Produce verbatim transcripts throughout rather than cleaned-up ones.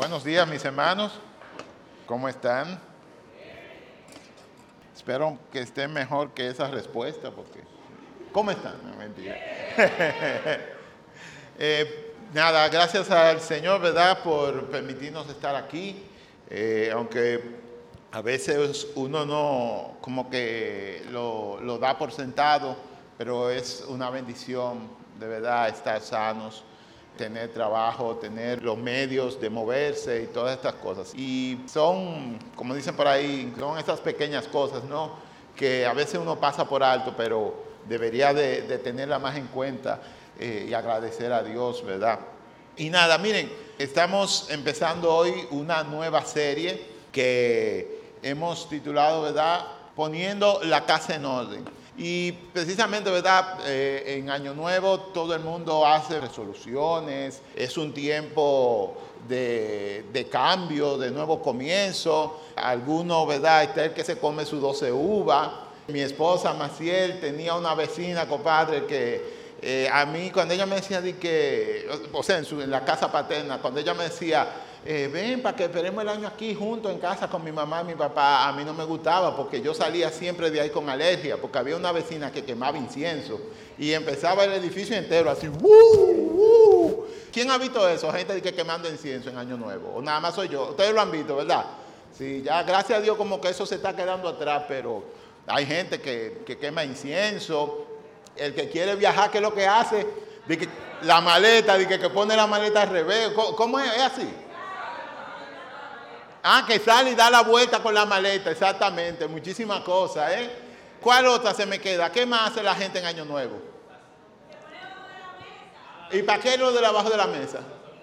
Buenos días, mis hermanos. ¿Cómo están? Espero que estén mejor que esa respuesta, porque... ¿Cómo están? No, mentira. eh, nada, gracias al Señor, ¿verdad?, por permitirnos estar aquí. Eh, aunque a veces uno no, como que lo, lo da por sentado, pero es una bendición, de verdad, estar sanos, tener trabajo, tener los medios de moverse y todas estas cosas. Y son, como dicen por ahí, son estas pequeñas cosas, ¿no?, que a veces uno pasa por alto, pero debería de, de tenerla más en cuenta eh, y agradecer a Dios, ¿verdad? Y nada, miren, estamos empezando hoy una nueva serie que hemos titulado, ¿verdad?, Poniendo la casa en orden. Y precisamente, ¿verdad?, eh, en Año Nuevo todo el mundo hace resoluciones, es un tiempo de, de cambio, de nuevo comienzo. Algunos, ¿verdad?, está el que se come su doce uvas. Mi esposa Maciel tenía una vecina, compadre, que eh, a mí cuando ella me decía, de que, o sea, en, su, en la casa paterna, cuando ella me decía, Eh, ven para que esperemos el año aquí juntos en casa con mi mamá y mi papá, a mí no me gustaba porque yo salía siempre de ahí con alergia, porque había una vecina que quemaba incienso y empezaba el edificio entero así, ¡wuu! ¡Wuu! ¿Quién ha visto eso? Gente que quemando incienso en Año Nuevo, o nada más soy yo. Ustedes lo han visto, ¿verdad? Sí, ya gracias a Dios como que eso se está quedando atrás, pero hay gente que, que quema incienso. El que quiere viajar, ¿qué es lo que hace? De que la maleta, de que, que pone la maleta al revés. ¿Cómo, cómo es? ¿Es así? Ah, que sale y da la vuelta con la maleta, exactamente, muchísimas cosas, ¿eh? ¿Cuál otra se me queda? ¿Qué más hace la gente en Año Nuevo? ¿Y para qué lo de abajo de la mesa?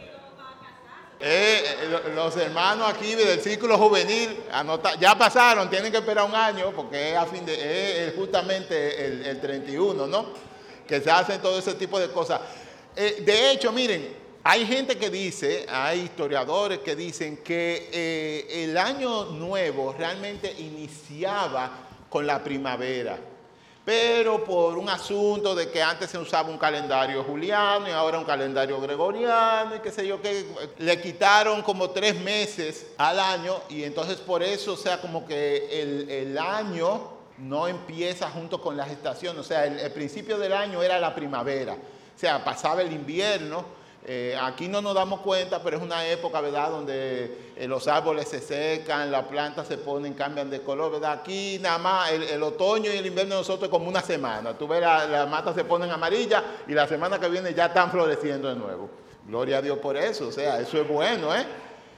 Eh, eh, los hermanos aquí del círculo juvenil anota, ya pasaron, tienen que esperar un año porque es, a fin de, es justamente el, el treinta y uno, ¿no?, que se hacen todo ese tipo de cosas. Eh, de hecho, miren, hay gente que dice, hay historiadores que dicen que eh, el año nuevo realmente iniciaba con la primavera, pero por un asunto de que antes se usaba un calendario juliano y ahora un calendario gregoriano y qué sé yo, que le quitaron como tres meses al año y entonces por eso, o sea, como que el, el año no empieza junto con las estaciones, o sea, el, el principio del año era la primavera, o sea, pasaba el invierno. Eh, aquí no nos damos cuenta, pero es una época, ¿verdad?, donde eh, los árboles se secan, las plantas se ponen, cambian de color, ¿verdad? Aquí nada más el, el otoño y el invierno de nosotros es como una semana. Tú ves, las la matas se ponen amarillas y la semana que viene ya están floreciendo de nuevo. Gloria a Dios por eso, o sea, eso es bueno, ¿eh?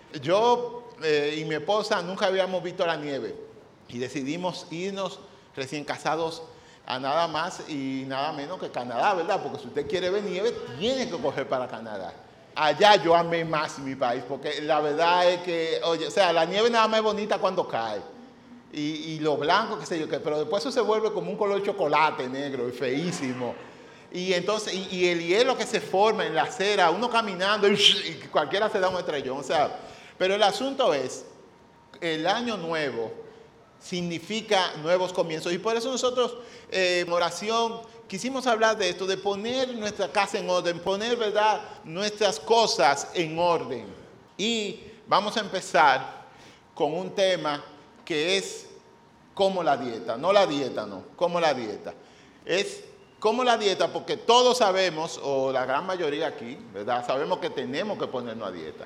Yo eh, y mi esposa nunca habíamos visto la nieve y decidimos irnos recién casados a nada más y nada menos que Canadá, ¿verdad? Porque si usted quiere ver nieve, tiene que coger para Canadá. Allá yo amé más mi país, porque la verdad es que, oye, o sea, la nieve nada más es bonita cuando cae. Y, y lo blanco, qué sé yo, qué, pero después eso se vuelve como un color chocolate negro y feísimo. Y entonces, y, y el hielo que se forma en la acera, uno caminando y, y cualquiera se da un estrellón, o sea. Pero el asunto es, el año nuevo significa nuevos comienzos. Y por eso nosotros eh, en oración quisimos hablar de esto, de poner nuestra casa en orden, poner, ¿verdad?, nuestras cosas en orden. Y vamos a empezar con un tema que es como la dieta. No la dieta, no, como la dieta. Es como la dieta porque todos sabemos, o la gran mayoría aquí, ¿verdad?, sabemos que tenemos que ponernos a dieta.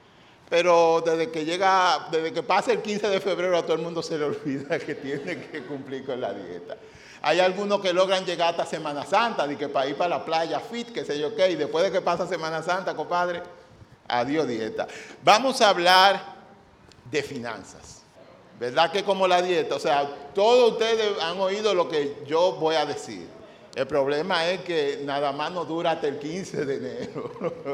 Pero desde que llega, desde que pasa el quince de febrero a todo el mundo se le olvida que tiene que cumplir con la dieta. Hay algunos que logran llegar hasta Semana Santa, de que para ir para la playa fit, qué sé yo qué, y después de que pasa Semana Santa, compadre, adiós dieta. Vamos a hablar de finanzas, ¿verdad? Que como la dieta, o sea, todos ustedes han oído lo que yo voy a decir. El problema es que nada más nos dura hasta el quince de enero.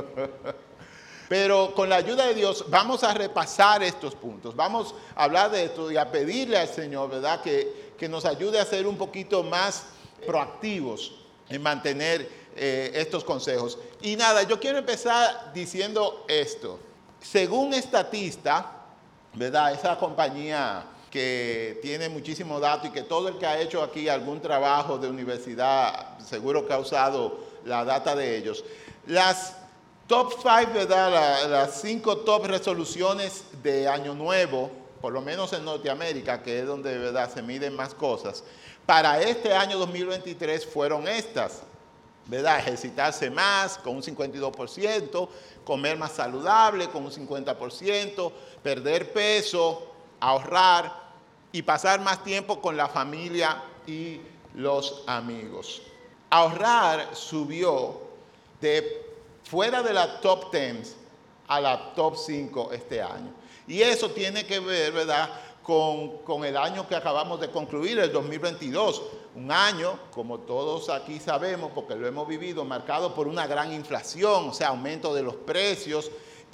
Pero con la ayuda de Dios vamos a repasar estos puntos, vamos a hablar de esto y a pedirle al Señor, ¿verdad?, que, que nos ayude a ser un poquito más proactivos en mantener eh, estos consejos. Y nada, yo quiero empezar diciendo esto. Según Statista, ¿verdad?, esa compañía que tiene muchísimo dato y que todo el que ha hecho aquí algún trabajo de universidad seguro que ha usado la data de ellos, las top cinco, ¿verdad? La- las cinco top resoluciones de Año Nuevo, por lo menos en Norteamérica, que es donde, ¿verdad?, se miden más cosas, para este año dos mil veintitrés fueron estas, ¿verdad? Ejercitarse más con un cincuenta y dos por ciento, comer más saludable con un cincuenta por ciento, perder peso, ahorrar y pasar más tiempo con la familia y los amigos. Ahorrar subió de fuera de la top diez a la top cinco este año. Y eso tiene que ver, ¿verdad?, con, con el año que acabamos de concluir, el dos mil veintidós. Un año, como todos aquí sabemos, porque lo hemos vivido, marcado por una gran inflación, o sea, aumento de los precios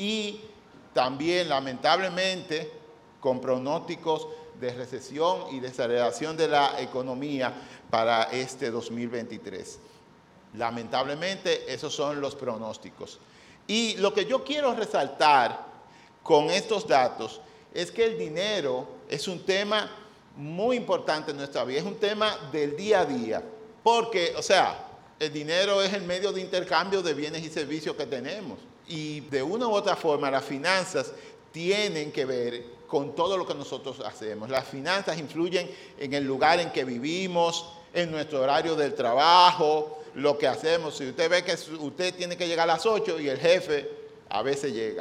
y también, lamentablemente, con pronósticos de recesión y desaceleración de la economía para este dos mil veintitrés. Lamentablemente, esos son los pronósticos. Y lo que yo quiero resaltar con estos datos es que el dinero es un tema muy importante en nuestra vida, es un tema del día a día, porque, o sea, el dinero es el medio de intercambio de bienes y servicios que tenemos. Y de una u otra forma, las finanzas tienen que ver con todo lo que nosotros hacemos. Las finanzas influyen en el lugar en que vivimos, en nuestro horario del trabajo, lo que hacemos. Si usted ve que usted tiene que llegar a las ocho y el jefe a veces llega.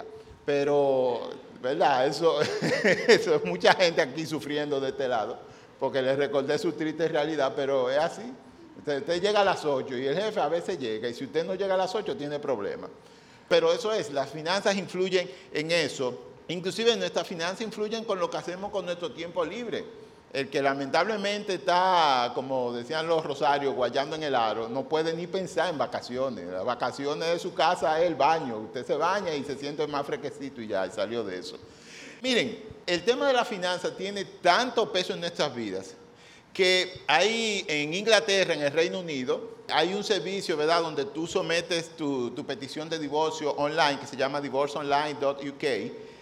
Pero, ¿verdad? Eso, eso es mucha gente aquí sufriendo de este lado, porque les recordé su triste realidad, pero es así. Usted, usted llega a las ocho y el jefe a veces llega, y si usted no llega a las ocho tiene problemas. Pero eso es, las finanzas influyen en eso. Inclusive nuestras finanzas influyen con lo que hacemos con nuestro tiempo libre. El que lamentablemente está, como decían los rosarios, guayando en el aro, no puede ni pensar en vacaciones. Las vacaciones de su casa es el baño. Usted se baña y se siente más fresquecito y ya, y salió de eso. Miren, el tema de la finanza tiene tanto peso en nuestras vidas que hay en Inglaterra, en el Reino Unido, hay un servicio, ¿verdad?, donde tú sometes tu, tu petición de divorcio online, que se llama divorce online punto u k,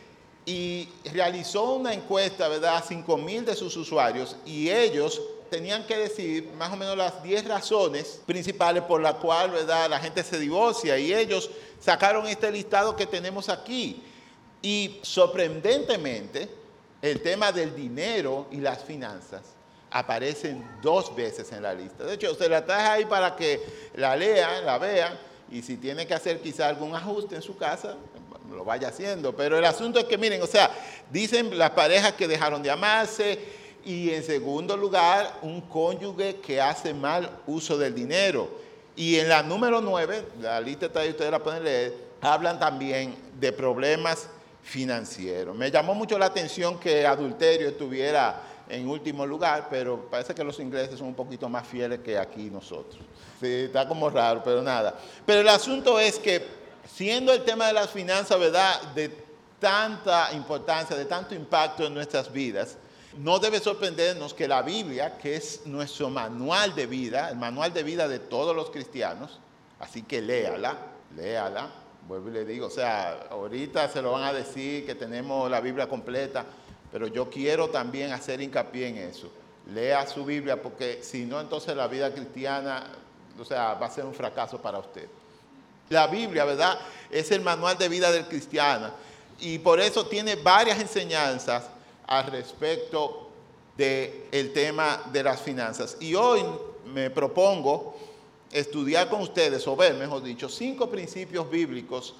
y realizó una encuesta, ¿verdad?, a cinco mil de sus usuarios, y ellos tenían que decir más o menos las diez razones principales por las cuales, ¿verdad?, la gente se divorcia, y ellos sacaron este listado que tenemos aquí. Y sorprendentemente, el tema del dinero y las finanzas aparecen dos veces en la lista. De hecho, se la traje ahí para que la lean, la vean, y si tiene que hacer quizá algún ajuste en su casa, lo vaya haciendo. Pero el asunto es que, miren, o sea, dicen las parejas que dejaron de amarse, y en segundo lugar, un cónyuge que hace mal uso del dinero. Y en la número nueve, la lista está ahí, ustedes la pueden leer, hablan también de problemas financieros. Me llamó mucho la atención que adulterio estuviera en último lugar, pero parece que los ingleses son un poquito más fieles que aquí nosotros. Sí, está como raro, pero nada. Pero el asunto es que, siendo el tema de las finanzas, ¿verdad?, de tanta importancia, de tanto impacto en nuestras vidas, no debe sorprendernos que la Biblia, que es nuestro manual de vida, el manual de vida de todos los cristianos, así que léala, léala, vuelvo y le digo, o sea, ahorita se lo van a decir que tenemos la Biblia completa, pero yo quiero también hacer hincapié en eso. Lea su Biblia, porque si no, entonces la vida cristiana, o sea, va a ser un fracaso para usted. La Biblia, ¿verdad?, es el manual de vida del cristiano, y por eso tiene varias enseñanzas al respecto del tema de las finanzas. Y hoy me propongo estudiar con ustedes, o ver, mejor dicho, cinco principios bíblicos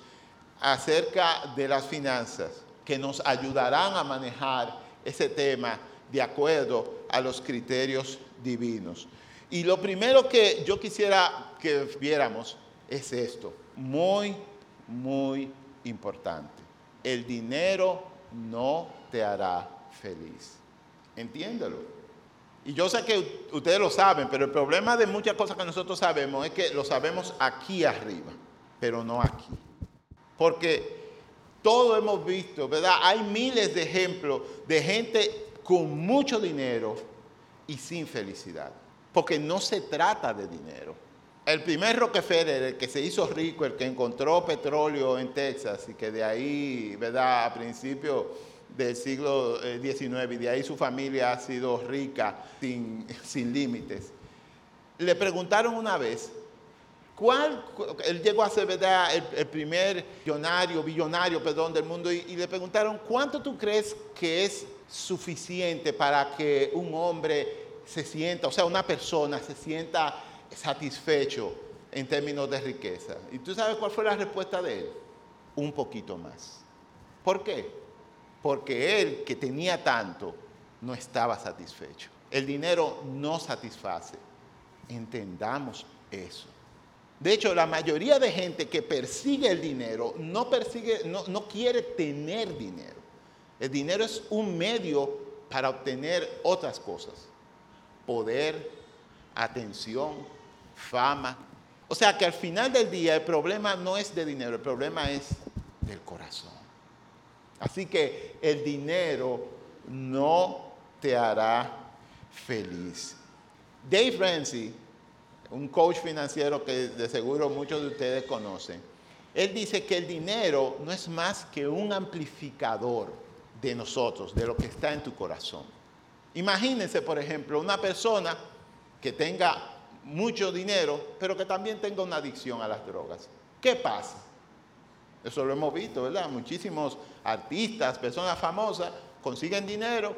acerca de las finanzas que nos ayudarán a manejar ese tema de acuerdo a los criterios divinos. Y lo primero que yo quisiera que viéramos es esto, muy, muy importante. El dinero no te hará feliz. Entiéndelo. Y yo sé que ustedes lo saben, pero el problema de muchas cosas que nosotros sabemos es que lo sabemos aquí arriba, pero no aquí. Porque todo hemos visto, ¿verdad? Hay miles de ejemplos de gente con mucho dinero y sin felicidad. Porque no se trata de dinero. El primer Rockefeller, el que se hizo rico, el que encontró petróleo en Texas y que de ahí, ¿verdad?, a principios del siglo diecinueve, y de ahí su familia ha sido rica sin, sin límites. Le preguntaron una vez ¿Cuál? Él llegó a ser, ¿verdad?, el, el primer millonario, billonario, perdón, del mundo y, y le preguntaron, ¿cuánto tú crees que es suficiente para que un hombre se sienta, o sea, una persona se sienta satisfecho en términos de riqueza? ¿Y tú sabes cuál fue la respuesta de él? Un poquito más. ¿Por qué? Porque él, que tenía tanto, no estaba satisfecho. El dinero no satisface. Entendamos eso. De hecho, la mayoría de gente que persigue el dinero no persigue, no, no quiere tener dinero. El dinero es un medio para obtener otras cosas. Poder, atención, fama. O sea que al final del día el problema no es de dinero, el problema es del corazón. Así que el dinero no te hará feliz. Dave Ramsey, un coach financiero que de seguro muchos de ustedes conocen, él dice que el dinero no es más que un amplificador de nosotros, de lo que está en tu corazón. Imagínense, por ejemplo, una persona que tenga mucho dinero, pero que también tenga una adicción a las drogas. ¿Qué pasa? Eso lo hemos visto, ¿verdad? Muchísimos artistas, personas famosas, consiguen dinero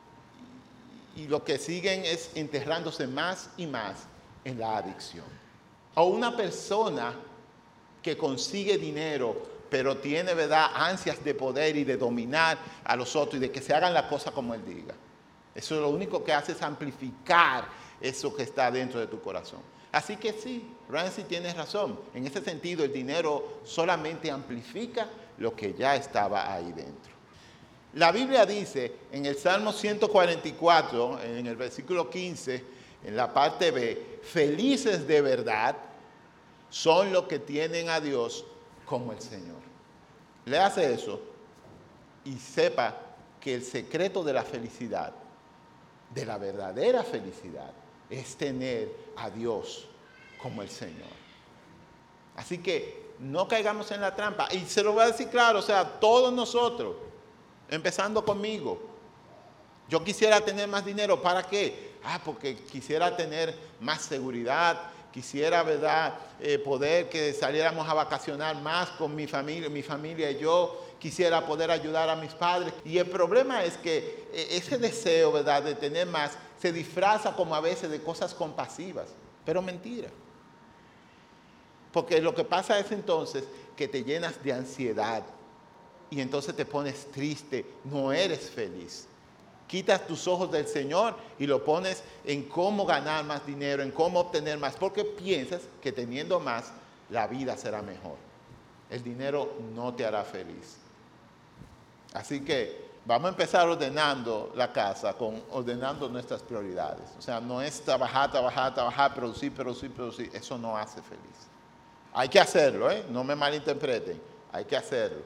y lo que siguen es enterrándose más y más en la adicción. O una persona que consigue dinero, pero tiene, ¿verdad?, ansias de poder y de dominar a los otros y de que se hagan las cosas como él diga. Eso lo único que hace es amplificar eso que está dentro de tu corazón. Así que sí, Ramsey tiene razón. En ese sentido, el dinero solamente amplifica lo que ya estaba ahí dentro. La Biblia dice en el Salmo ciento cuarenta y cuatro, en el versículo quince, en la parte B, felices de verdad son los que tienen a Dios como el Señor. Léase eso y sepa que el secreto de la felicidad, de la verdadera felicidad, es tener a Dios como el Señor. Así que no caigamos en la trampa. Y se lo voy a decir claro, o sea, todos nosotros, empezando conmigo. Yo quisiera tener más dinero, ¿para qué? Ah, porque quisiera tener más seguridad, quisiera, ¿verdad?, eh, poder que saliéramos a vacacionar más con mi familia, mi familia y yo, quisiera poder ayudar a mis padres. Y el problema es que ese deseo, ¿verdad?, de tener más, se disfraza como a veces de cosas compasivas, pero mentira. Porque lo que pasa es entonces que te llenas de ansiedad y entonces te pones triste, no eres feliz. Quitas tus ojos del Señor y lo pones en cómo ganar más dinero, en cómo obtener más, porque piensas que teniendo más, la vida será mejor. El dinero no te hará feliz. Así que vamos a empezar ordenando la casa, con, ordenando nuestras prioridades. O sea, no es trabajar, trabajar, trabajar, producir, producir, producir. Eso no hace feliz. Hay que hacerlo, ¿eh? No me malinterpreten. Hay que hacerlo.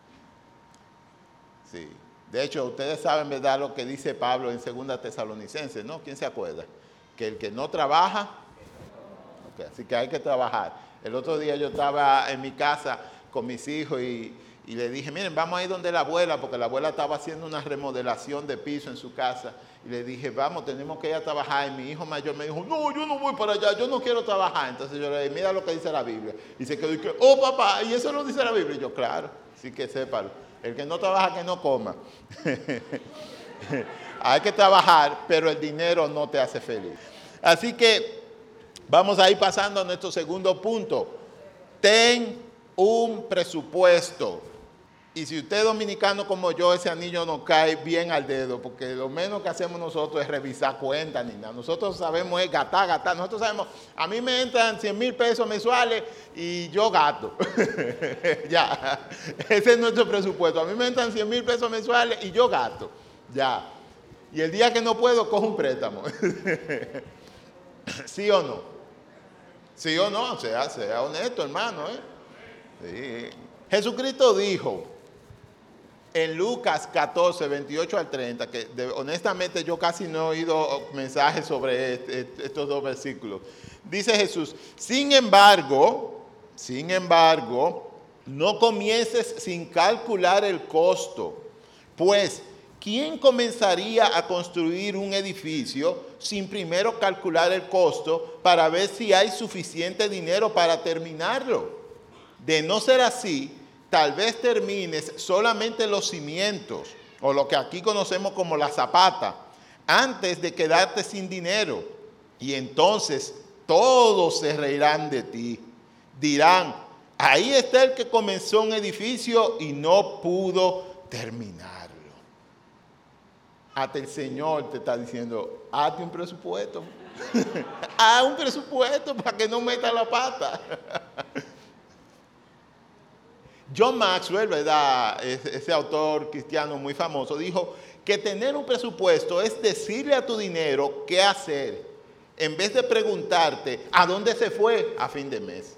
Sí. De hecho, ustedes saben, ¿verdad?, lo que dice Pablo en Segunda Tesalonicenses, ¿no? ¿Quién se acuerda? Que el que no trabaja, okay, así que hay que trabajar. El otro día yo estaba en mi casa con mis hijos y, y le dije, miren, vamos a ir donde la abuela, porque la abuela estaba haciendo una remodelación de piso en su casa. Y le dije, vamos, tenemos que ir a trabajar. Y mi hijo mayor me dijo, no, yo no voy para allá, yo no quiero trabajar. Entonces yo le dije, mira lo que dice la Biblia. Y se quedó y que, oh papá, ¿y eso lo dice la Biblia? Y yo, claro, sí que sépalo. El que no trabaja, que no coma. Hay que trabajar, pero el dinero no te hace feliz. Así que vamos a ir pasando a nuestro segundo punto. Ten un presupuesto. Y si usted es dominicano como yo, ese anillo nos cae bien al dedo, porque lo menos que hacemos nosotros es revisar cuentas ni nada. Nosotros sabemos es gastar, gastar. Nosotros sabemos, a mí me entran cien mil pesos mensuales y yo gasto. Ya, ese es nuestro presupuesto. A mí me entran cien mil pesos mensuales y yo gasto. Ya. Y el día que no puedo, cojo un préstamo. ¿Sí o no? ¿Sí o no? Sea, sea honesto, hermano, ¿eh? Sí. Jesucristo dijo en Lucas catorce, veintiocho al treinta, que de, honestamente yo casi no he oído mensajes sobre este, estos dos versículos. Dice Jesús, sin embargo, sin embargo, no comiences sin calcular el costo, pues ¿quién comenzaría a construir un edificio sin primero calcular el costo para ver si hay suficiente dinero para terminarlo. De no ser así, tal vez termines solamente los cimientos, o lo que aquí conocemos como la zapata, antes de quedarte sin dinero. Y entonces todos se reirán de ti. Dirán, ahí está el que comenzó un edificio y no pudo terminarlo. Hasta el Señor te está diciendo, hazte un presupuesto. Haz un presupuesto para que no meta la pata. John Maxwell, ¿verdad? Ese autor cristiano muy famoso, dijo que tener un presupuesto es decirle a tu dinero qué hacer, en vez de preguntarte a dónde se fue a fin de mes.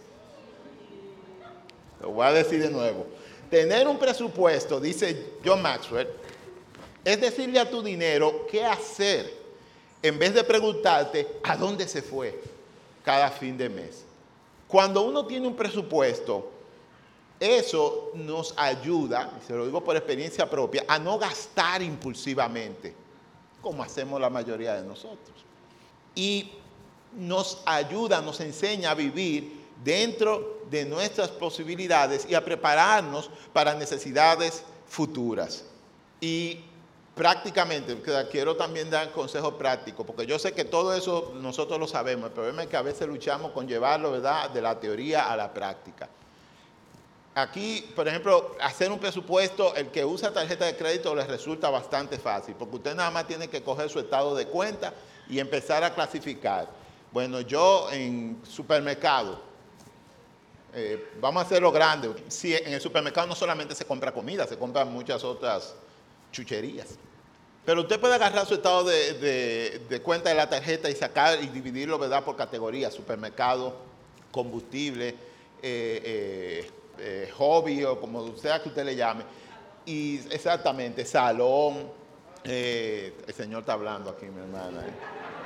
Lo voy a decir de nuevo. Tener un presupuesto, dice John Maxwell, es decirle a tu dinero qué hacer, en vez de preguntarte a dónde se fue cada fin de mes. Cuando uno tiene un presupuesto, eso nos ayuda, y se lo digo por experiencia propia, a no gastar impulsivamente, como hacemos la mayoría de nosotros. Y nos ayuda, nos enseña a vivir dentro de nuestras posibilidades y a prepararnos para necesidades futuras. Y prácticamente, quiero también dar consejos prácticos, porque yo sé que todo eso nosotros lo sabemos. El problema es que a veces luchamos con llevarlo, ¿verdad?, de la teoría a la práctica. Aquí, por ejemplo, hacer un presupuesto, el que usa tarjeta de crédito le resulta bastante fácil, porque usted nada más tiene que coger su estado de cuenta y empezar a clasificar. Bueno, yo en supermercado, eh, vamos a hacerlo grande. Sí, en el supermercado no solamente se compra comida, se compran muchas otras chucherías. Pero usted puede agarrar su estado de, de, de cuenta de la tarjeta y sacar y dividirlo, ¿verdad?, por categorías: supermercado, combustible, eh, eh, eh, hobby, o como sea que usted le llame. Y exactamente, salón. Eh, el señor está hablando aquí, mi hermana. Eh.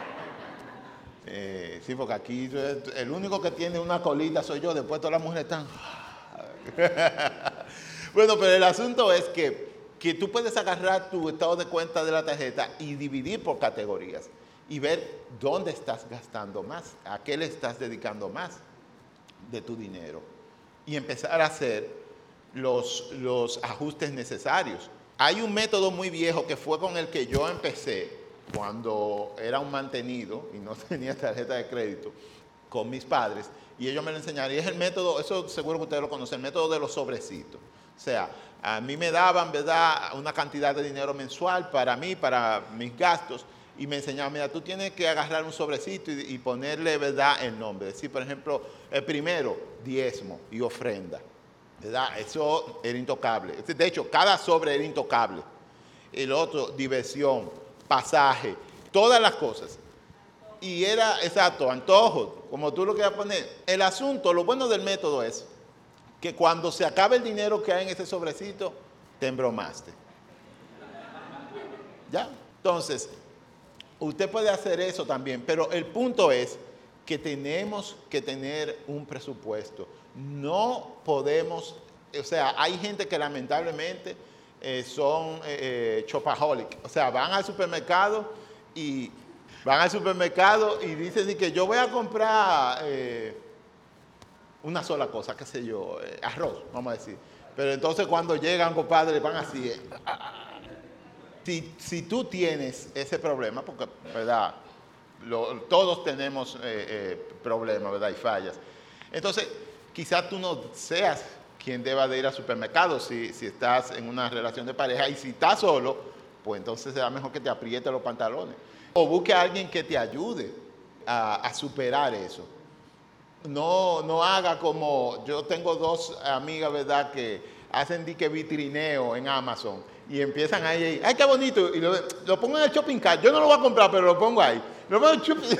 Eh, sí, porque aquí el único que tiene una colita soy yo, después todas las mujeres están... Bueno, pero el asunto es que, que tú puedes agarrar tu estado de cuenta de la tarjeta y dividir por categorías y ver dónde estás gastando más, a qué le estás dedicando más de tu dinero y empezar a hacer los, los ajustes necesarios. Hay un método muy viejo que fue con el que yo empecé cuando era un mantenido y no tenía tarjeta de crédito con mis padres, y ellos me lo enseñaron, y es el método, eso seguro que ustedes lo conocen, el método de los sobrecitos. O sea, a mí me daban, ¿verdad?, una cantidad de dinero mensual para mí, para mis gastos, y me enseñaban, mira, tú tienes que agarrar un sobrecito y, y ponerle, ¿verdad?, el nombre. Es decir, por ejemplo, el primero, diezmo y ofrenda, ¿verdad? Eso era intocable. De hecho, cada sobre era intocable. El otro, diversión, pasaje, todas las cosas. Y era, exacto, antojo, como tú lo quieras poner. El asunto, lo bueno del método es que cuando se acabe el dinero que hay en ese sobrecito, te embromaste. ¿Ya? Entonces, usted puede hacer eso también, pero el punto es que tenemos que tener un presupuesto. No podemos, o sea, hay gente que lamentablemente eh, son eh, eh, shopaholic, o sea, van al supermercado y van al supermercado y dicen que yo voy a comprar eh, una sola cosa, qué sé yo, eh, arroz, vamos a decir. Pero entonces cuando llegan, compadre, van así. Eh, si, si tú tienes ese problema, porque, ¿verdad?, Lo, todos tenemos eh, eh, problemas, ¿verdad?, y fallas. Entonces, quizás tú no seas quien deba de ir al supermercado si, si estás en una relación de pareja, y si estás solo, pues entonces será mejor que te apriete los pantalones. O busque a alguien que te ayude a, a superar eso. No, no haga como, yo tengo dos amigas, ¿verdad?, que hacen dique vitrineo en Amazon y empiezan ahí, ¡ay, qué bonito! Y lo, lo pongo en el shopping cart. Yo no lo voy a comprar, pero lo pongo ahí. Lo pongo en shopping.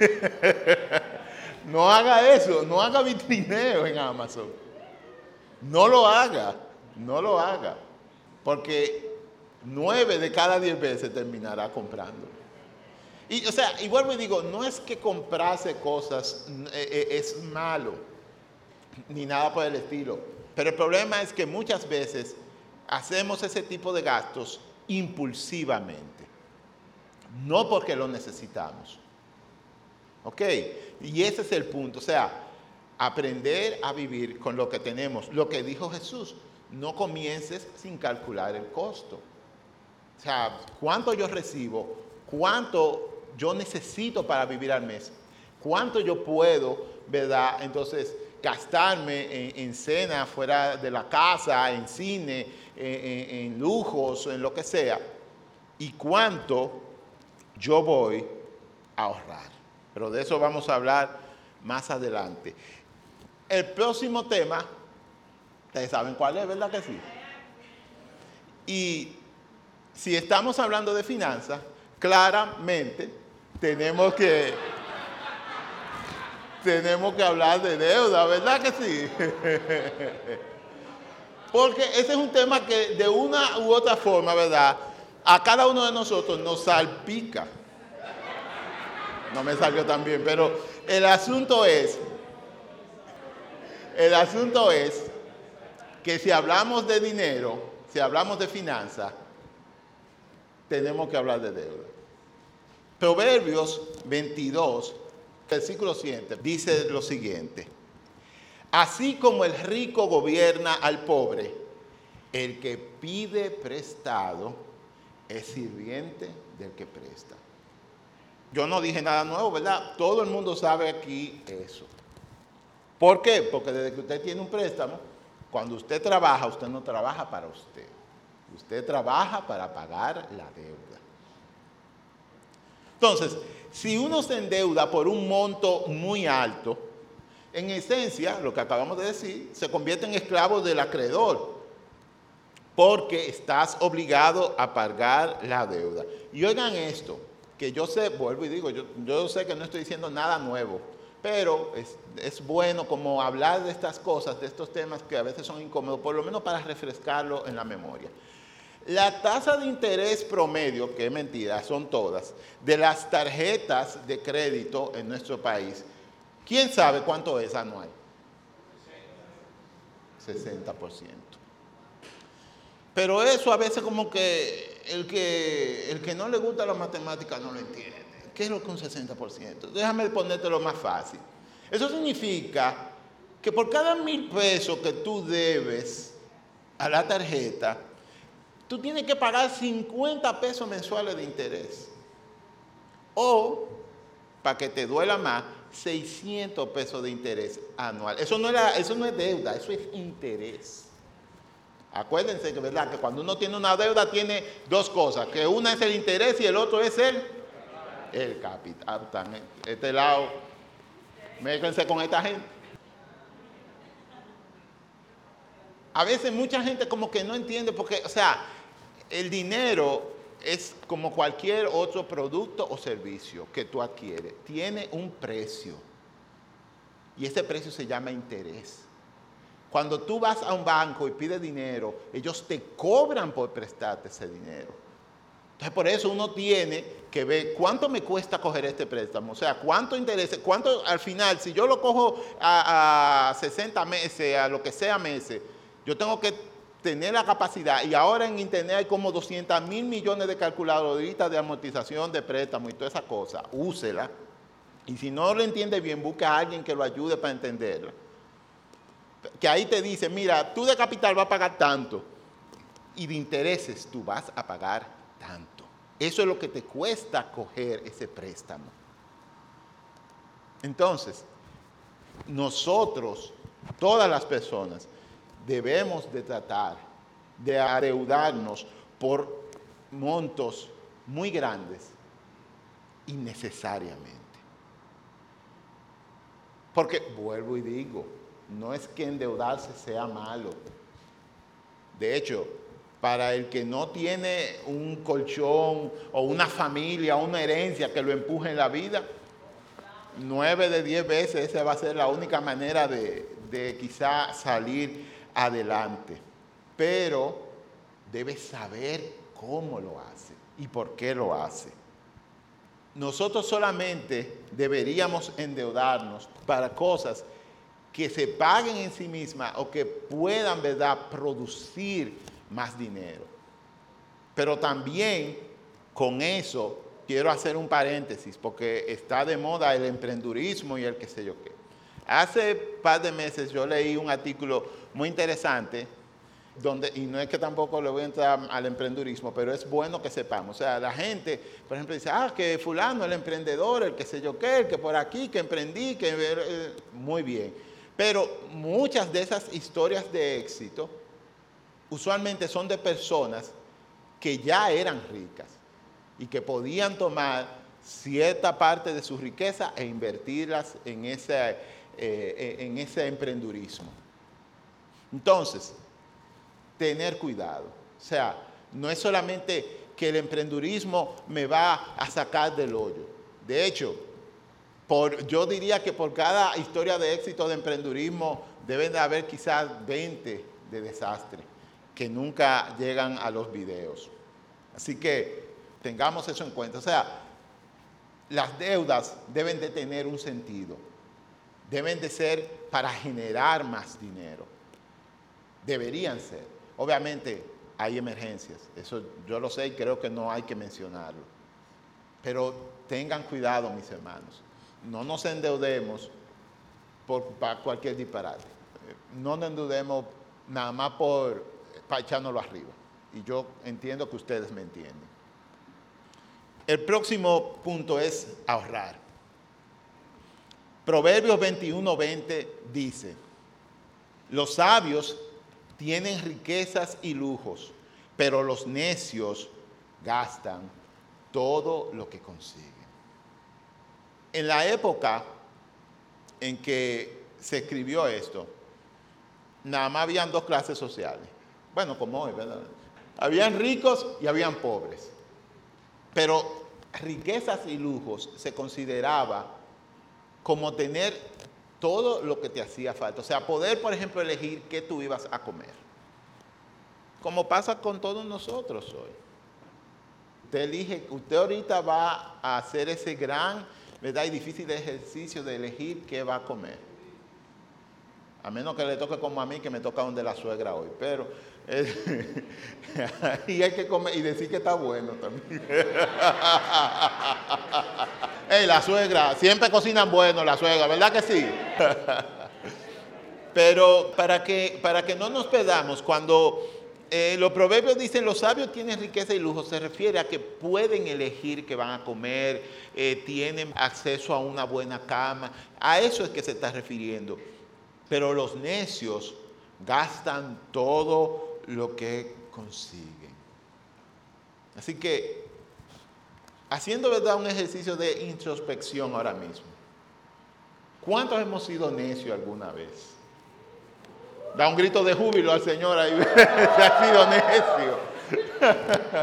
No haga eso, no haga vitrineo en Amazon. No lo haga, no lo haga. Porque nueve de cada diez veces terminará comprando. Y, o sea, y vuelvo y digo, no es que comprarse cosas eh, es malo, ni nada por el estilo. Pero el problema es que muchas veces hacemos ese tipo de gastos impulsivamente. No porque lo necesitamos. ¿Ok? Y ese es el punto. O sea, aprender a vivir con lo que tenemos. Lo que dijo Jesús, no comiences sin calcular el costo. O sea, ¿cuánto yo recibo? ¿Cuánto yo necesito para vivir al mes? ¿Cuánto yo puedo, verdad? Entonces, gastarme en, en cena fuera de la casa, en cine, en, en, en lujos, en lo que sea. ¿Y cuánto yo voy a ahorrar? Pero de eso vamos a hablar más adelante. El próximo tema, ustedes saben cuál es, ¿verdad que sí? Y si estamos hablando de finanzas, claramente tenemos que, tenemos que hablar de deuda, ¿verdad que sí? Porque ese es un tema que de una u otra forma, ¿verdad? A cada uno de nosotros nos salpica. No me salió tan bien, pero el asunto es, el asunto es que si hablamos de dinero, si hablamos de finanzas, tenemos que hablar de deuda. Proverbios veintidós, versículo siete, dice lo siguiente: así como el rico gobierna al pobre, el que pide prestado es sirviente del que presta. Yo no dije nada nuevo, ¿verdad? Todo el mundo sabe aquí eso. ¿Por qué? Porque desde que usted tiene un préstamo, cuando usted trabaja, usted no trabaja para usted. Usted trabaja para pagar la deuda. Entonces, si uno se endeuda por un monto muy alto, en esencia, lo que acabamos de decir, se convierte en esclavo del acreedor, porque estás obligado a pagar la deuda. Y oigan esto, que yo sé, vuelvo y digo, yo, yo sé que no estoy diciendo nada nuevo, pero es, es bueno como hablar de estas cosas, de estos temas que a veces son incómodos, por lo menos para refrescarlo en la memoria. La tasa de interés promedio, que es mentira, son todas, de las tarjetas de crédito en nuestro país, ¿quién sabe cuánto es anual? sesenta por ciento. Pero eso a veces como que el que, el que no le gusta la matemática no lo entiende. ¿Qué es lo que es un sesenta por ciento? Déjame ponértelo más fácil. Eso significa que por cada mil pesos que tú debes a la tarjeta, tú tienes que pagar cincuenta pesos mensuales de interés. O, para que te duela más, seiscientos pesos de interés anual. Eso no, era, eso no es deuda, eso es interés. Acuérdense que, ¿verdad?, que cuando uno tiene una deuda tiene dos cosas, que una es el interés y el otro es el, el capital. Este lado, métanse con esta gente. A veces mucha gente como que no entiende porque, o sea, el dinero es como cualquier otro producto o servicio que tú adquieres. Tiene un precio y ese precio se llama interés. Cuando tú vas a un banco y pides dinero, ellos te cobran por prestarte ese dinero. Entonces, por eso uno tiene que ver cuánto me cuesta coger este préstamo. O sea, cuánto interés, cuánto al final, si yo lo cojo a, a sesenta meses, a lo que sea meses, yo tengo que tener la capacidad. Y ahora en internet hay como doscientos mil millones de calculadoritas de amortización de préstamo y toda esa cosa. Úsela. Y si no lo entiende bien, busca a alguien que lo ayude para entenderla. Que ahí te dice, mira, tú de capital vas a pagar tanto y de intereses tú vas a pagar tanto. Eso es lo que te cuesta coger ese préstamo. Entonces, nosotros, todas las personas, debemos de tratar de adeudarnos por montos muy grandes innecesariamente. Porque, vuelvo y digo, no es que endeudarse sea malo. De hecho, para el que no tiene un colchón o una familia o una herencia que lo empuje en la vida, nueve de diez veces esa va a ser la única manera de, de quizá salir adelante. Pero debe saber cómo lo hace y por qué lo hace. Nosotros solamente deberíamos endeudarnos para cosas que se paguen en sí mismas o que puedan, ¿verdad?, producir más dinero. Pero también con eso quiero hacer un paréntesis porque está de moda el emprendurismo y el qué sé yo qué. Hace un par de meses yo leí un artículo muy interesante, donde, y no es que tampoco le voy a entrar al emprendurismo, pero es bueno que sepamos. O sea, la gente, por ejemplo, dice, ah, que fulano, el emprendedor, el que sé yo qué, el que por aquí, que emprendí, que... Eh, muy bien. Pero muchas de esas historias de éxito, usualmente son de personas que ya eran ricas y que podían tomar cierta parte de su riqueza e invertirlas en ese, eh, en ese emprendurismo. Entonces, tener cuidado. O sea, no es solamente que el emprendurismo me va a sacar del hoyo. De hecho, por, yo diría que por cada historia de éxito de emprendurismo deben de haber quizás veinte de desastre que nunca llegan a los videos. Así que tengamos eso en cuenta. O sea, las deudas deben de tener un sentido. Deben de ser para generar más dinero. Deberían ser. Obviamente hay emergencias, eso yo lo sé y creo que no hay que mencionarlo. Pero tengan cuidado, mis hermanos. No nos endeudemos por, para cualquier disparate. No nos endeudemos nada más por, para echárnoslo arriba. Y yo entiendo que ustedes me entienden. El próximo punto es ahorrar. Proverbios veintiuno veinte dice, los sabios tienen riquezas y lujos, pero los necios gastan todo lo que consiguen. En la época en que se escribió esto, nada más habían dos clases sociales. Bueno, como hoy, ¿verdad? Habían ricos y habían pobres. Pero riquezas y lujos se consideraba como tener todo lo que te hacía falta. O sea, poder, por ejemplo, elegir qué tú ibas a comer. Como pasa con todos nosotros hoy. Usted elige, usted ahorita va a hacer ese gran, ¿verdad?, y difícil ejercicio de elegir qué va a comer. A menos que le toque como a mí, que me toca donde la suegra hoy. Pero, eh, y hay que comer y decir que está bueno también. Hey, la suegra, siempre cocinan bueno la suegra, ¿verdad que sí? Pero para que, para que no nos perdamos, cuando eh, los proverbios dicen los sabios tienen riqueza y lujo, se refiere a que pueden elegir qué van a comer, eh, tienen acceso a una buena cama, a eso es que se está refiriendo. Pero los necios gastan todo lo que consiguen. Así que, haciendo, ¿verdad?, un ejercicio de introspección ahora mismo. ¿Cuántos hemos sido necios alguna vez? Da un grito de júbilo al Señor ahí, se ha sido necio.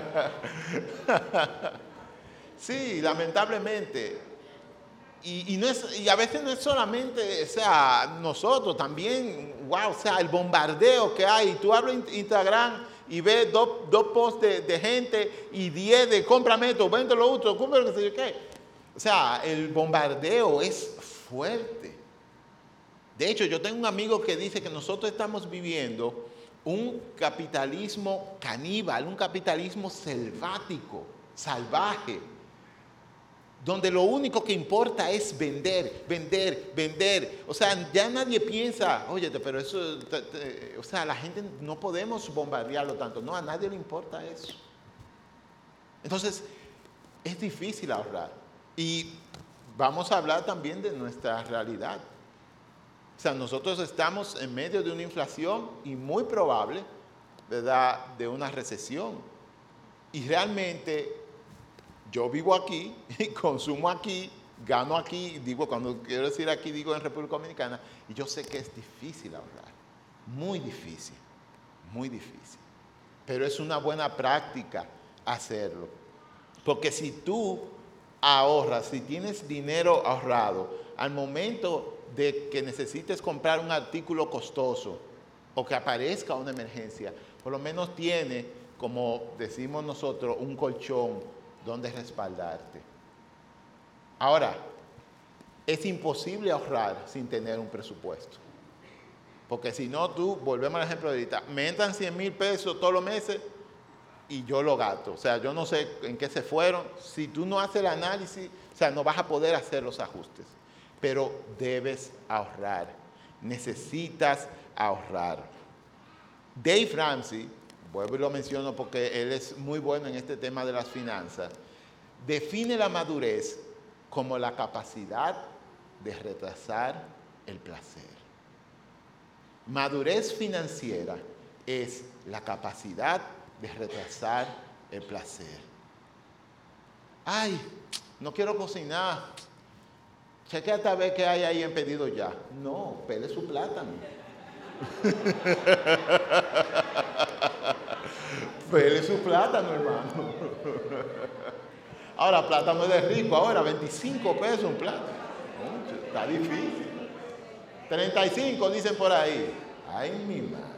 Sí, lamentablemente. Y, y, no es, y a veces no es solamente, o sea, nosotros también, wow, o sea, el bombardeo que hay. Tú abres Instagram y ves dos, dos posts de, de gente y diez de cómprame esto, vende lo otro, cómprame lo que sé yo qué. O sea, el bombardeo es fuerte. De hecho, yo tengo un amigo que dice que nosotros estamos viviendo un capitalismo caníbal, un capitalismo selvático, salvaje, donde lo único que importa es vender, vender, vender. O sea, ya nadie piensa, oye, pero eso, te, te, o sea, la gente no podemos bombardearlo tanto. No, a nadie le importa eso. Entonces, es difícil ahorrar. Y vamos a hablar también de nuestra realidad. O sea, nosotros estamos en medio de una inflación y muy probable, ¿verdad?, de una recesión. Y realmente yo vivo aquí, consumo aquí, gano aquí, digo, cuando quiero decir aquí, digo en República Dominicana, y yo sé que es difícil ahorrar, muy difícil, muy difícil. Pero es una buena práctica hacerlo. Porque si tú ahorras, si tienes dinero ahorrado, al momento de que necesites comprar un artículo costoso o que aparezca una emergencia, por lo menos tiene, como decimos nosotros, un colchón donde respaldarte. Ahora, es imposible ahorrar sin tener un presupuesto. Porque si no, tú, volvemos al ejemplo de ahorita, me entran cien mil pesos todos los meses y yo lo gasto. O sea, yo no sé en qué se fueron. Si tú no haces el análisis, o sea, no vas a poder hacer los ajustes. Pero debes ahorrar. Necesitas ahorrar. Dave Ramsey, vuelvo y lo menciono porque él es muy bueno en este tema de las finanzas, define la madurez como la capacidad de retrasar el placer. Madurez financiera es la capacidad de retrasar el placer. Ay, no quiero cocinar. Chequea a ver qué hay ahí en pedido ya. No, pele su plátano. Pele su plátano, hermano. Ahora, plátano es de rico. Ahora, veinticinco pesos un plátano. Está difícil. treinta y cinco dicen por ahí. Ay, mi madre.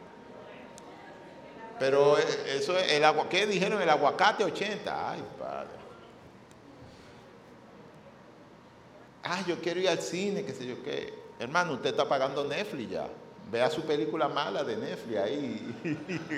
Pero eso es el agua. ¿Qué dijeron? El aguacate ochenta. Ay, padre. Ay, yo quiero ir al cine, qué sé yo qué. Hermano, usted está pagando Netflix ya. Vea su película mala de Netflix ahí.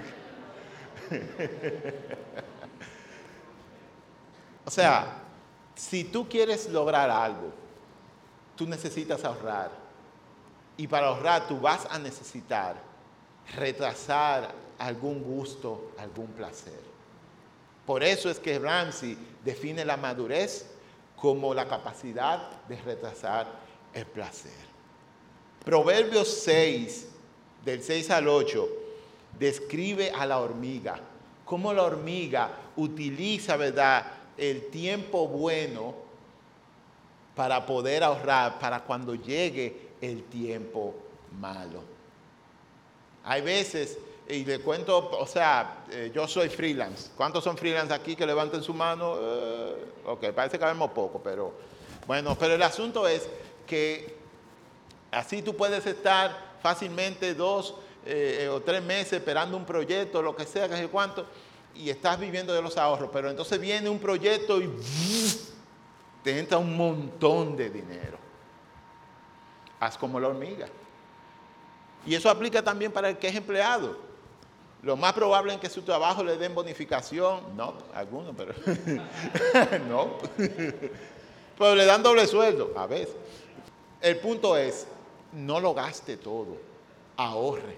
O sea, si tú quieres lograr algo, tú necesitas ahorrar. Y para ahorrar tú vas a necesitar retrasar algún gusto, algún placer. Por eso es que Ramsey define la madurez como la capacidad de retrasar el placer. Proverbios seis, del seis al ocho, describe a la hormiga, cómo la hormiga utiliza, ¿verdad?, el tiempo bueno para poder ahorrar para cuando llegue el tiempo malo. Hay veces, y le cuento, o sea, eh, yo soy freelance. ¿Cuántos son freelance aquí que levanten su mano? Eh, ok, parece que vemos poco, pero bueno, pero el asunto es que así tú puedes estar fácilmente dos eh, o tres meses esperando un proyecto, lo que sea, que sé cuánto, y estás viviendo de los ahorros, pero entonces viene un proyecto y te entra un montón de dinero. Haz como la hormiga. Y eso aplica también para el que es empleado. Lo más probable es que su trabajo le den bonificación. No, algunos, pero no. Pero le dan doble sueldo, a veces. El punto es, no lo gaste todo, ahorre.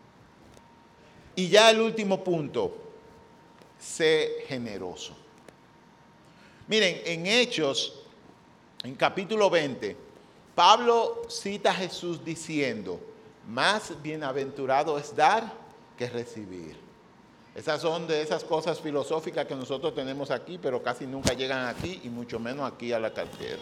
Y ya el último punto, sé generoso. Miren, en Hechos, en capítulo veinte, Pablo cita a Jesús diciendo, más bienaventurado es dar que recibir. Esas son de esas cosas filosóficas que nosotros tenemos aquí, pero casi nunca llegan aquí y mucho menos aquí a la cartera.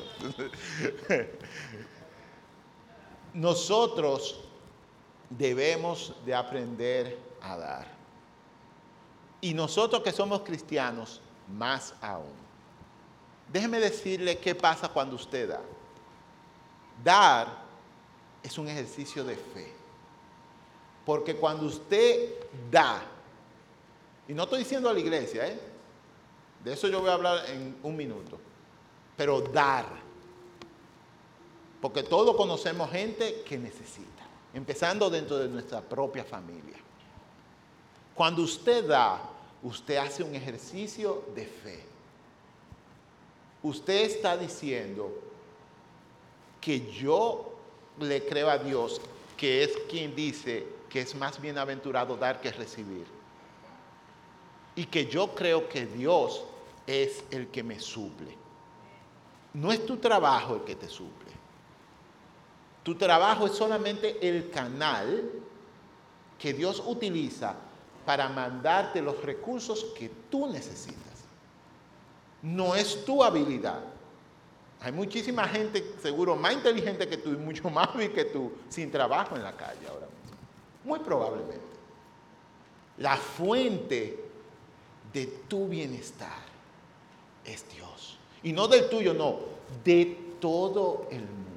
Nosotros debemos de aprender a dar. Y nosotros que somos cristianos, más aún. Déjeme decirle qué pasa cuando usted da. Dar es un ejercicio de fe. Porque cuando usted da, y no estoy diciendo a la iglesia, ¿eh? De eso yo voy a hablar en un minuto, pero dar. Porque todos conocemos gente que necesita, empezando dentro de nuestra propia familia. Cuando usted da, usted hace un ejercicio de fe. Usted está diciendo que yo le creo a Dios, que es quien dice que es más bienaventurado dar que recibir. Y que yo creo que Dios es el que me suple. No es tu trabajo el que te suple. Tu trabajo es solamente el canal que Dios utiliza para mandarte los recursos que tú necesitas. No es tu habilidad. Hay muchísima gente, seguro, más inteligente que tú y mucho más hábil que tú, sin trabajo en la calle ahora mismo. Muy probablemente. La fuente de tu bienestar es Dios. Y no del tuyo, no, de todo el mundo.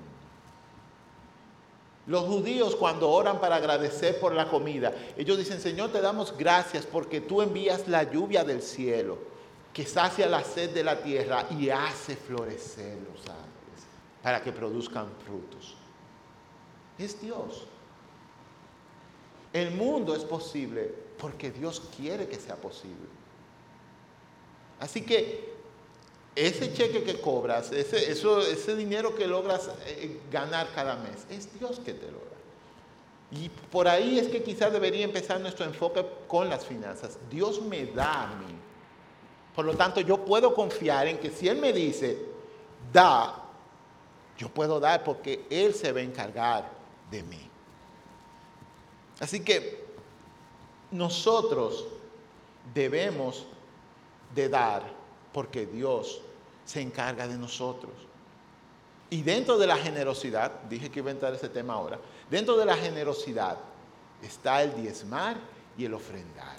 Los judíos cuando oran para agradecer por la comida, ellos dicen, Señor, te damos gracias porque tú envías la lluvia del cielo, que sacia la sed de la tierra y hace florecer los árboles para que produzcan frutos. Es Dios. El mundo es posible Porque Dios quiere que sea posible. Así que ese cheque que cobras, ese, eso, ese dinero que logras eh, ganar cada mes, es Dios que te lo da. Y por ahí es que quizás debería empezar nuestro enfoque con las finanzas. Dios me da a mí. Por lo tanto, yo puedo confiar en que si Él me dice, da, yo puedo dar porque Él se va a encargar de mí. Así que nosotros debemos de dar porque Dios se encarga de nosotros. Y dentro de la generosidad, dije que iba a entrar ese tema ahora, dentro de la generosidad está el diezmar y el ofrendar.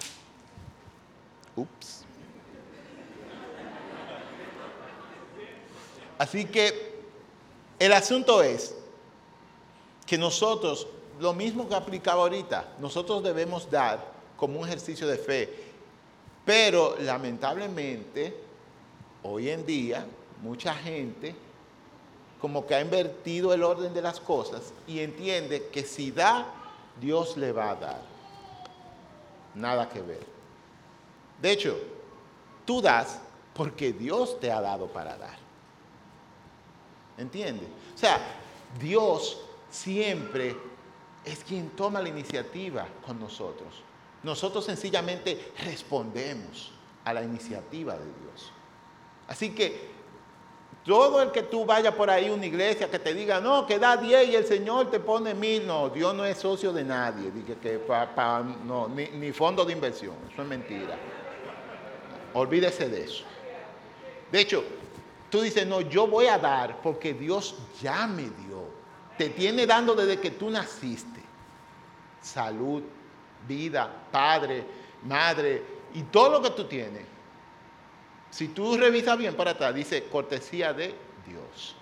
Ups. Así que el asunto es que nosotros, lo mismo que aplicaba ahorita, nosotros debemos dar como un ejercicio de fe. Pero lamentablemente, hoy en día, mucha gente como que ha invertido el orden de las cosas y entiende que si da, Dios le va a dar. Nada que ver. De hecho, tú das porque Dios te ha dado para dar. ¿Entiendes? O sea, Dios siempre es quien toma la iniciativa con nosotros. Nosotros sencillamente respondemos a la iniciativa de Dios. Así que todo el que tú vayas por ahí a una iglesia que te diga, no, que da diez y el Señor te pone mil, no, Dios no es socio de nadie, Dice que pa, pa, no, ni, ni fondo de inversión, eso es mentira. Olvídese de eso. De hecho, tú dices, no, yo voy a dar porque Dios ya me dio. Te tiene dando desde que tú naciste. Salud, vida, padre, madre y todo lo que tú tienes. Si tú revisas bien para atrás, dice cortesía de Dios.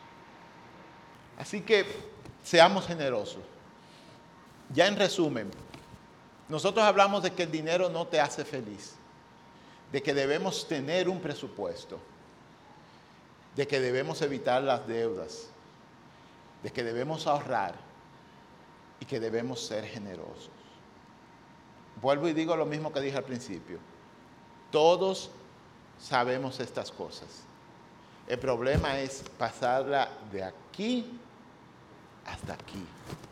Así que seamos generosos. Ya en resumen, nosotros hablamos de que el dinero no te hace feliz, de que debemos tener un presupuesto, de que debemos evitar las deudas, de que debemos ahorrar y que debemos ser generosos. Vuelvo y digo lo mismo que dije al principio. Todos sabemos estas cosas. El problema es pasarla de aquí hasta aquí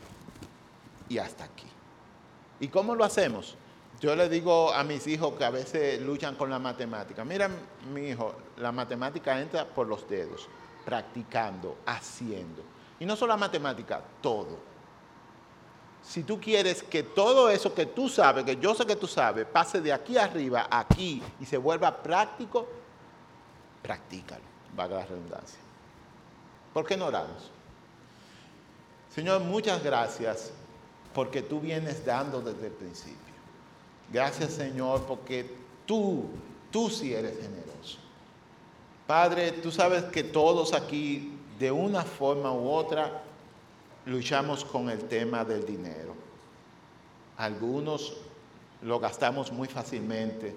y hasta aquí. ¿Y cómo lo hacemos? Yo le digo a mis hijos que a veces luchan con la matemática. Mira, mi hijo, la matemática entra por los dedos, practicando, haciendo. Y no solo la matemática, todo. Si tú quieres que todo eso que tú sabes, que yo sé que tú sabes, pase de aquí arriba a aquí y se vuelva práctico, practícalo, valga la redundancia. ¿Por qué no oramos? Señor, muchas gracias porque tú vienes dando desde el principio. Gracias, Señor, porque tú, tú sí eres generoso. Padre, tú sabes que todos aquí, de una forma u otra, luchamos con el tema del dinero. Algunos lo gastamos muy fácilmente.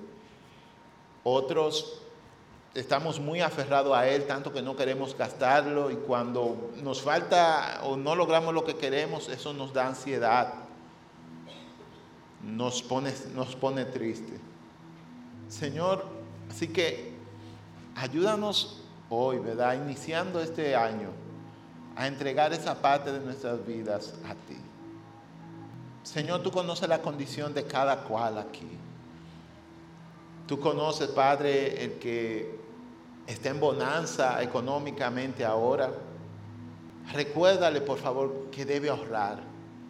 Otros estamos muy aferrados a él, tanto que no queremos gastarlo. Y cuando nos falta o no logramos lo que queremos, eso nos da ansiedad. Nos pone, nos pone triste. Señor, así que ayúdanos hoy, ¿verdad? Iniciando este año, a entregar esa parte de nuestras vidas a ti. Señor, tú conoces la condición de cada cual aquí. Tú conoces, Padre, el que está en bonanza económicamente ahora. Recuérdale, por favor, que debe ahorrar.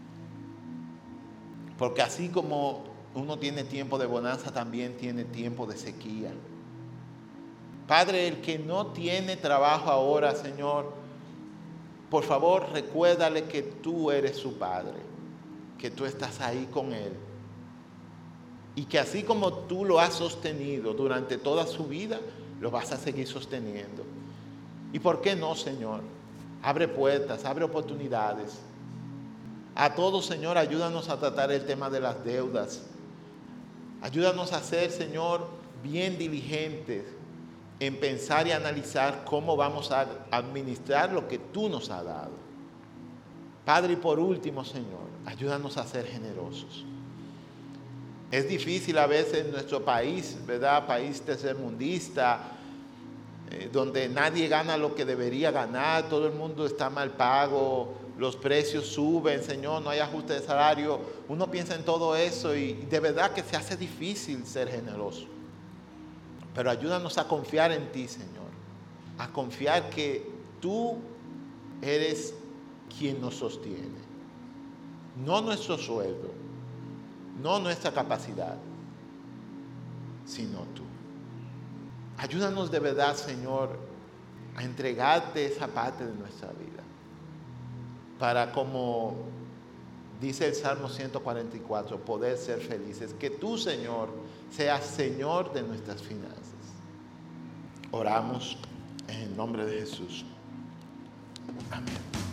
Porque así como uno tiene tiempo de bonanza, también tiene tiempo de sequía. Padre, el que no tiene trabajo ahora, Señor, por favor, recuérdale que tú eres su Padre, que tú estás ahí con él. Y que así como tú lo has sostenido durante toda su vida, lo vas a seguir sosteniendo. ¿Y por qué no, Señor? Abre puertas, abre oportunidades. A todos, Señor, ayúdanos a tratar el tema de las deudas. Ayúdanos a ser, Señor, bien diligentes en pensar y analizar cómo vamos a administrar lo que tú nos has dado. Padre, y por último, Señor, ayúdanos a ser generosos. Es difícil a veces en nuestro país, ¿verdad? País tercermundista, eh, donde nadie gana lo que debería ganar, todo el mundo está mal pago, los precios suben, Señor, no hay ajuste de salario. Uno piensa en todo eso y de verdad que se hace difícil ser generoso. Pero ayúdanos a confiar en ti, Señor, a confiar que tú eres quien nos sostiene, no nuestro sueldo, no nuestra capacidad, sino tú. Ayúdanos de verdad, Señor, a entregarte esa parte de nuestra vida, para, como dice el Salmo ciento cuarenta y cuatro, poder ser felices. Que tú, Señor, seas Señor de nuestras finanzas. Oramos en el nombre de Jesús. Amén.